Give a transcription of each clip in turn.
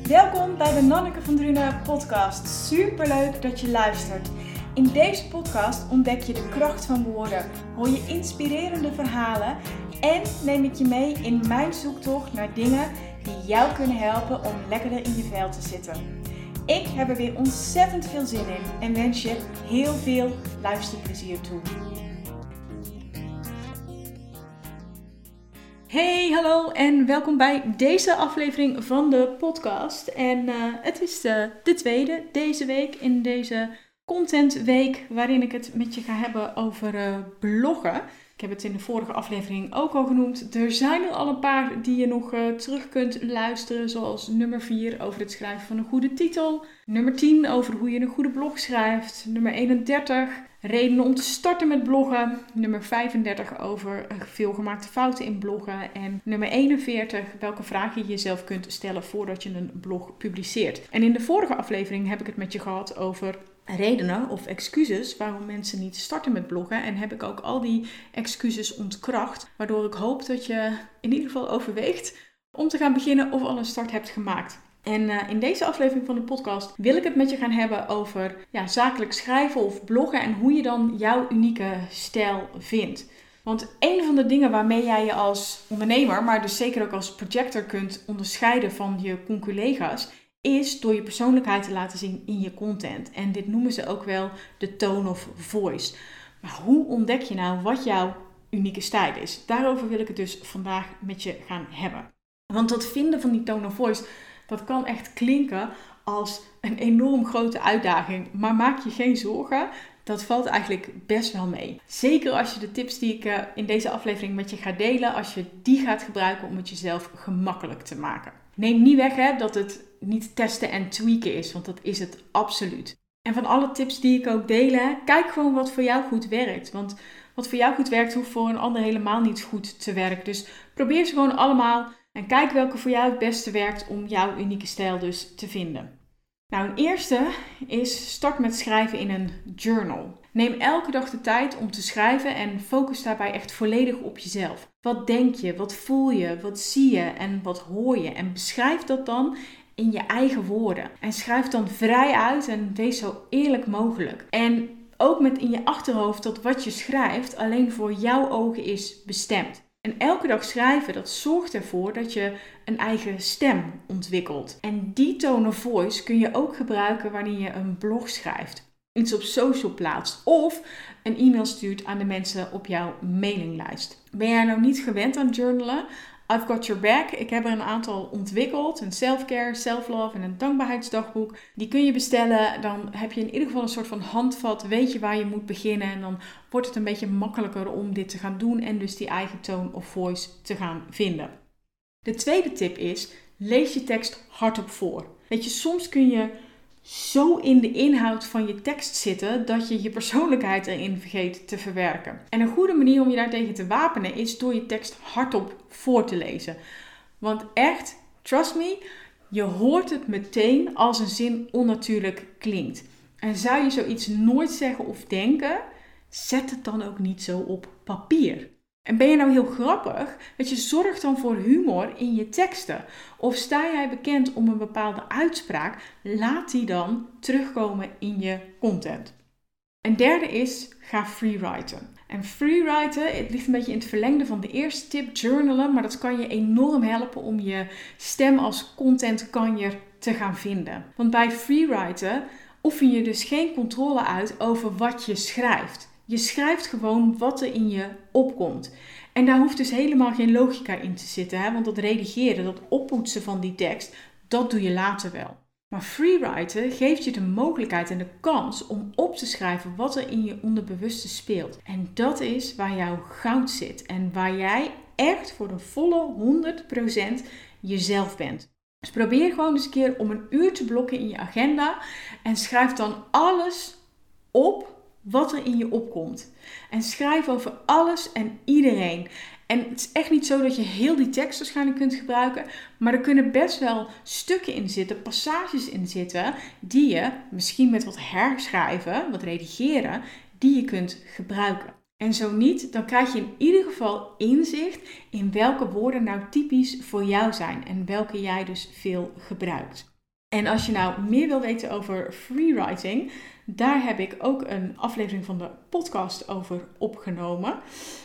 Welkom bij de Nanneke van Drunen podcast. Superleuk dat je luistert. In deze podcast ontdek je de kracht van woorden, hoor je inspirerende verhalen en neem ik je mee in mijn zoektocht naar dingen die jou kunnen helpen om lekkerder in je vel te zitten. Ik heb er weer ontzettend veel zin in en wens je heel veel luisterplezier toe. Hey, hallo en welkom bij deze aflevering van de podcast. En het is de tweede deze week in deze contentweek waarin ik het met je ga hebben over bloggen. Ik heb het in de vorige aflevering ook al genoemd. Er zijn er al een paar die je nog terug kunt luisteren. Zoals nummer 4 over het schrijven van een goede titel. Nummer 10 over hoe je een goede blog schrijft. Nummer 31 redenen om te starten met bloggen. Nummer 35 over veelgemaakte fouten in bloggen. En nummer 41 welke vragen je jezelf kunt stellen voordat je een blog publiceert. En in de vorige aflevering heb ik het met je gehad over redenen of excuses waarom mensen niet starten met bloggen. En heb ik ook al die excuses ontkracht. Waardoor ik hoop dat je in ieder geval overweegt om te gaan beginnen of al een start hebt gemaakt. En in deze aflevering van de podcast wil ik het met je gaan hebben over zakelijk schrijven of bloggen. En hoe je dan jouw unieke stijl vindt. Want een van de dingen waarmee jij je als ondernemer, maar dus zeker ook als projector kunt onderscheiden van je conculega's, is door je persoonlijkheid te laten zien in je content. En dit noemen ze ook wel de tone of voice. Maar hoe ontdek je nou wat jouw unieke stijl is? Daarover wil ik het dus vandaag met je gaan hebben. Want dat vinden van die tone of voice, dat kan echt klinken als een enorm grote uitdaging. Maar maak je geen zorgen, dat valt eigenlijk best wel mee. Zeker als je de tips die ik in deze aflevering met je ga delen, als je die gaat gebruiken om het jezelf gemakkelijk te maken. Neem niet weg dat het niet testen en tweaken is, want dat is het absoluut. En van alle tips die ik ook deel, kijk gewoon wat voor jou goed werkt. Want wat voor jou goed werkt, hoeft voor een ander helemaal niet goed te werken. Dus probeer ze gewoon allemaal en kijk welke voor jou het beste werkt om jouw unieke stijl dus te vinden. Nou, een eerste is start met schrijven in een journal. Neem elke dag de tijd om te schrijven en focus daarbij echt volledig op jezelf. Wat denk je, wat voel je, wat zie je en wat hoor je? En beschrijf dat dan in je eigen woorden. En schrijf dan vrij uit en wees zo eerlijk mogelijk. En ook met in je achterhoofd dat wat je schrijft alleen voor jouw ogen is bestemd. En elke dag schrijven, dat zorgt ervoor dat je een eigen stem ontwikkelt. En die tone of voice kun je ook gebruiken wanneer je een blog schrijft. Iets op social plaatst of een e-mail stuurt aan de mensen op jouw mailinglijst. Ben jij nou niet gewend aan journalen? I've got your back. Ik heb er een aantal ontwikkeld. Een self-care, self-love en een dankbaarheidsdagboek. Die kun je bestellen. Dan heb je in ieder geval een soort van handvat. Weet je waar je moet beginnen. En dan wordt het een beetje makkelijker om dit te gaan doen. En dus die eigen tone of voice te gaan vinden. De tweede tip is, lees je tekst hardop voor. Weet je, soms kun je zo in de inhoud van je tekst zitten dat je je persoonlijkheid erin vergeet te verwerken. En een goede manier om je daartegen te wapenen is door je tekst hardop voor te lezen. Want echt, trust me, je hoort het meteen als een zin onnatuurlijk klinkt. En zou je zoiets nooit zeggen of denken, zet het dan ook niet zo op papier. En ben je nou heel grappig, dat je zorgt dan voor humor in je teksten. Of sta jij bekend om een bepaalde uitspraak, laat die dan terugkomen in je content. En derde is, ga freewriten. En freewriten, het ligt een beetje in het verlengde van de eerste tip, journalen. Maar dat kan je enorm helpen om je stem als contentkanjer te gaan vinden. Want bij freewriten oefen je dus geen controle uit over wat je schrijft. Je schrijft gewoon wat er in je opkomt. En daar hoeft dus helemaal geen logica in te zitten. Want dat redigeren, dat oppoetsen van die tekst, dat doe je later wel. Maar freewriten geeft je de mogelijkheid en de kans om op te schrijven wat er in je onderbewuste speelt. En dat is waar jouw goud zit. En waar jij echt voor de volle 100% jezelf bent. Dus probeer gewoon eens een keer om een uur te blokken in je agenda. En schrijf dan alles op wat er in je opkomt. En schrijf over alles en iedereen. En het is echt niet zo dat je heel die tekst waarschijnlijk kunt gebruiken. Maar er kunnen best wel stukken in zitten, passages in zitten, die je misschien met wat herschrijven, wat redigeren, die je kunt gebruiken. En zo niet, dan krijg je in ieder geval inzicht in welke woorden nou typisch voor jou zijn en welke jij dus veel gebruikt. En als je nou meer wil weten over freewriting, daar heb ik ook een aflevering van de podcast over opgenomen.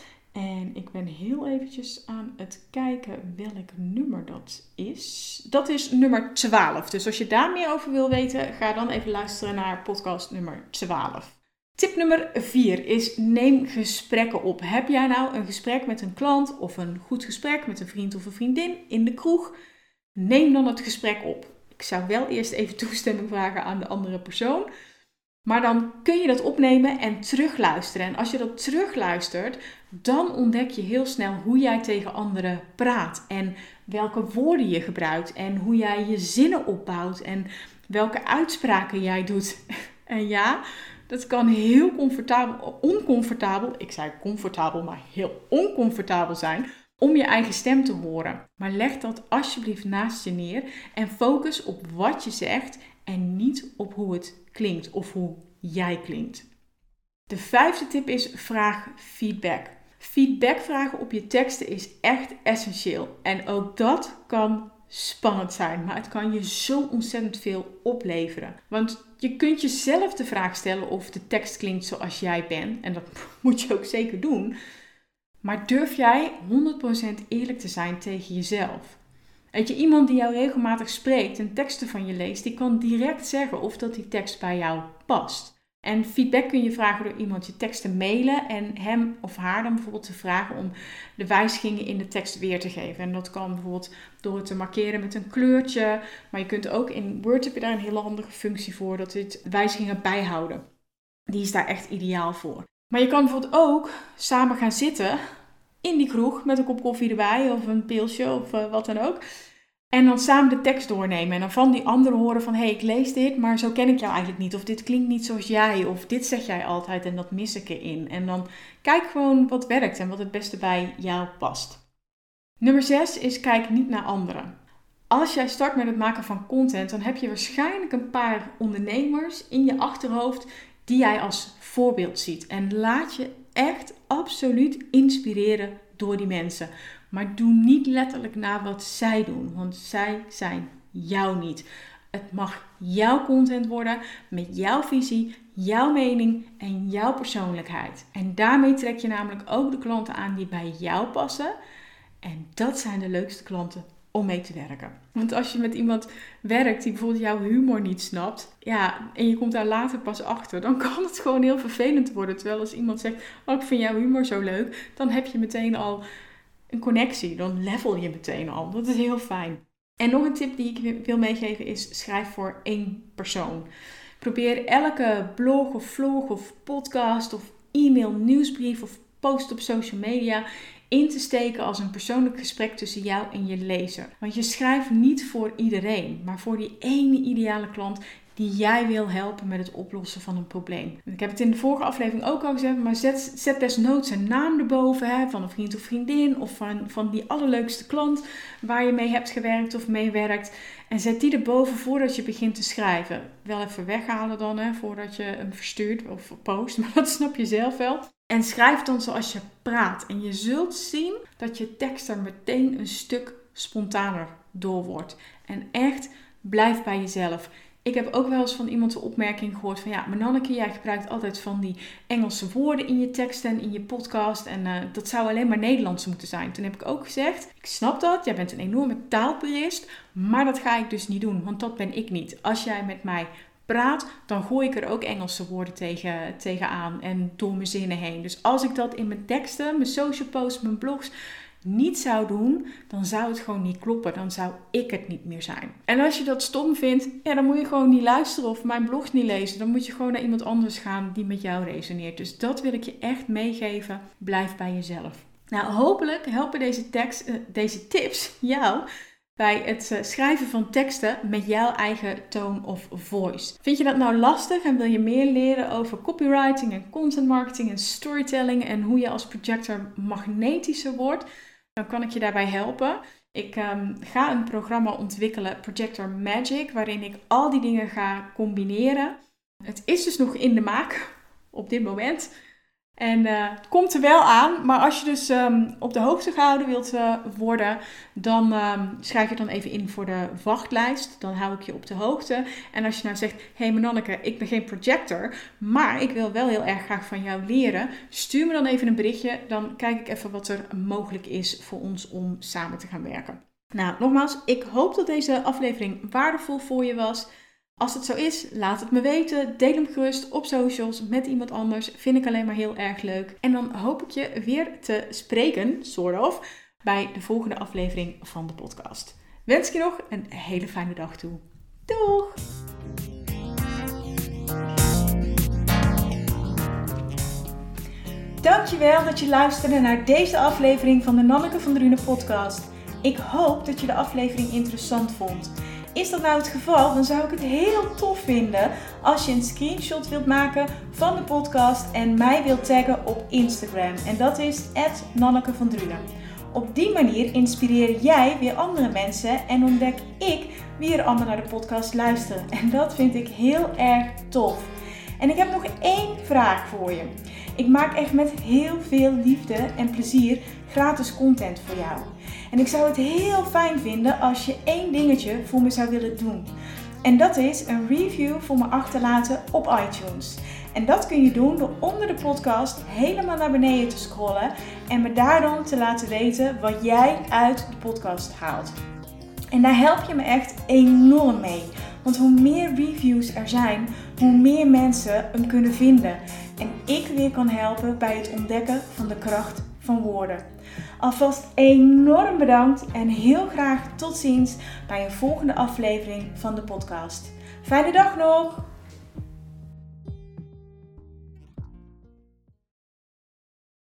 En ik ben heel eventjes aan het kijken welk nummer dat is. Dat is nummer 12. Dus als je daar meer over wil weten, ga dan even luisteren naar podcast nummer 12. Tip nummer 4 is neem gesprekken op. Heb jij nou een gesprek met een klant of een goed gesprek met een vriend of een vriendin in de kroeg? Neem dan het gesprek op. Ik zou wel eerst even toestemming vragen aan de andere persoon. Maar dan kun je dat opnemen en terugluisteren. En als je dat terugluistert, dan ontdek je heel snel hoe jij tegen anderen praat. En welke woorden je gebruikt. En hoe jij je zinnen opbouwt. En welke uitspraken jij doet. En ja, dat kan heel oncomfortabel. Ik zei comfortabel, maar heel oncomfortabel zijn. Om je eigen stem te horen. Maar leg dat alsjeblieft naast je neer. En focus op wat je zegt. En niet op hoe het klinkt of hoe jij klinkt. De 5e tip is vraag feedback. Feedback vragen op je teksten is echt essentieel. En ook dat kan spannend zijn. Maar het kan je zo ontzettend veel opleveren. Want je kunt jezelf de vraag stellen of de tekst klinkt zoals jij bent. En dat moet je ook zeker doen. Maar durf jij 100% eerlijk te zijn tegen jezelf? Weet je, iemand die jou regelmatig spreekt en teksten van je leest, die kan direct zeggen of dat die tekst bij jou past. En feedback kun je vragen door iemand je tekst te mailen en hem of haar dan bijvoorbeeld te vragen om de wijzigingen in de tekst weer te geven. En dat kan bijvoorbeeld door het te markeren met een kleurtje. Maar je kunt ook in Word heb je daar een hele handige functie voor, dat dit wijzigingen bijhouden. Die is daar echt ideaal voor. Maar je kan bijvoorbeeld ook samen gaan zitten in die kroeg met een kop koffie erbij of een pilsje of wat dan ook. En dan samen de tekst doornemen. En dan van die anderen horen van, ik lees dit, maar zo ken ik jou eigenlijk niet. Of dit klinkt niet zoals jij. Of dit zeg jij altijd en dat mis ik erin. En dan kijk gewoon wat werkt en wat het beste bij jou past. Nummer 6 is kijk niet naar anderen. Als jij start met het maken van content, dan heb je waarschijnlijk een paar ondernemers in je achterhoofd die jij als voorbeeld ziet. En laat je echt absoluut inspireren door die mensen. Maar doe niet letterlijk na wat zij doen, want zij zijn jou niet. Het mag jouw content worden met jouw visie, jouw mening en jouw persoonlijkheid. En daarmee trek je namelijk ook de klanten aan die bij jou passen. En dat zijn de leukste klanten om mee te werken. Want als je met iemand werkt die bijvoorbeeld jouw humor niet snapt, en je komt daar later pas achter, dan kan het gewoon heel vervelend worden. Terwijl als iemand zegt, ik vind jouw humor zo leuk, dan heb je meteen al een connectie. Dan level je meteen al. Dat is heel fijn. En nog een tip die ik wil meegeven is, schrijf voor 1 persoon. Probeer elke blog of vlog of podcast of e-mail, nieuwsbrief of post op social media in te steken als een persoonlijk gesprek tussen jou en je lezer. Want je schrijft niet voor iedereen, maar voor die ene ideale klant die jij wil helpen met het oplossen van een probleem. Ik heb het in de vorige aflevering ook al gezegd, maar zet desnoods een naam erboven, van een vriend of vriendin of van die allerleukste klant waar je mee hebt gewerkt of mee werkt. En zet die erboven voordat je begint te schrijven. Wel even weghalen dan, voordat je hem verstuurt of post, maar dat snap je zelf wel. En schrijf dan zoals je praat. En je zult zien dat je tekst er meteen een stuk spontaner door wordt. En echt, blijf bij jezelf. Ik heb ook wel eens van iemand de opmerking gehoord van, maar Nanneke, jij gebruikt altijd van die Engelse woorden in je teksten en in je podcast. En dat zou alleen maar Nederlands moeten zijn. Toen heb ik ook gezegd, ik snap dat, jij bent een enorme taalpurist, maar dat ga ik dus niet doen, want dat ben ik niet. Als jij met mij praat, dan gooi ik er ook Engelse woorden tegenaan en door mijn zinnen heen. Dus als ik dat in mijn teksten, mijn social posts, mijn blogs niet zou doen, dan zou het gewoon niet kloppen. Dan zou ik het niet meer zijn. En als je dat stom vindt, dan moet je gewoon niet luisteren of mijn blogs niet lezen. Dan moet je gewoon naar iemand anders gaan die met jou resoneert. Dus dat wil ik je echt meegeven. Blijf bij jezelf. Nou, hopelijk helpen deze tips jou bij het schrijven van teksten met jouw eigen tone of voice. Vind je dat nou lastig en wil je meer leren over copywriting en content marketing en storytelling en hoe je als projector magnetischer wordt? Dan kan ik je daarbij helpen. Ik ga een programma ontwikkelen, Projector Magic, waarin ik al die dingen ga combineren. Het is dus nog in de maak op dit moment. En het komt er wel aan, maar als je dus op de hoogte gehouden wilt worden, dan schrijf je dan even in voor de wachtlijst. Dan hou ik je op de hoogte. En als je nou zegt, hey Nanneke, ik ben geen projector, maar ik wil wel heel erg graag van jou leren. Stuur me dan even een berichtje, dan kijk ik even wat er mogelijk is voor ons om samen te gaan werken. Nou, nogmaals, ik hoop dat deze aflevering waardevol voor je was. Als het zo is, laat het me weten. Deel hem gerust op socials met iemand anders. Vind ik alleen maar heel erg leuk. En dan hoop ik je weer te spreken, bij de volgende aflevering van de podcast. Wens ik je nog een hele fijne dag toe. Doeg! Dankjewel dat je luisterde naar deze aflevering van de Nanneke van Drunen podcast. Ik hoop dat je de aflevering interessant vond. Is dat nou het geval, dan zou ik het heel tof vinden als je een screenshot wilt maken van de podcast en mij wilt taggen op Instagram. En dat is @NannekeVanDrunen. Op die manier inspireer jij weer andere mensen en ontdek ik wie er allemaal naar de podcast luisteren. En dat vind ik heel erg tof. En ik heb nog 1 vraag voor je. Ik maak echt met heel veel liefde en plezier gratis content voor jou. En ik zou het heel fijn vinden als je 1 dingetje voor me zou willen doen. En dat is een review voor me achterlaten op iTunes. En dat kun je doen door onder de podcast helemaal naar beneden te scrollen en me daar dan te laten weten wat jij uit de podcast haalt. En daar help je me echt enorm mee. Want hoe meer reviews er zijn, hoe meer mensen hem kunnen vinden. En ik weer kan helpen bij het ontdekken van de kracht van woorden. Alvast enorm bedankt en heel graag tot ziens bij een volgende aflevering van de podcast. Fijne dag nog!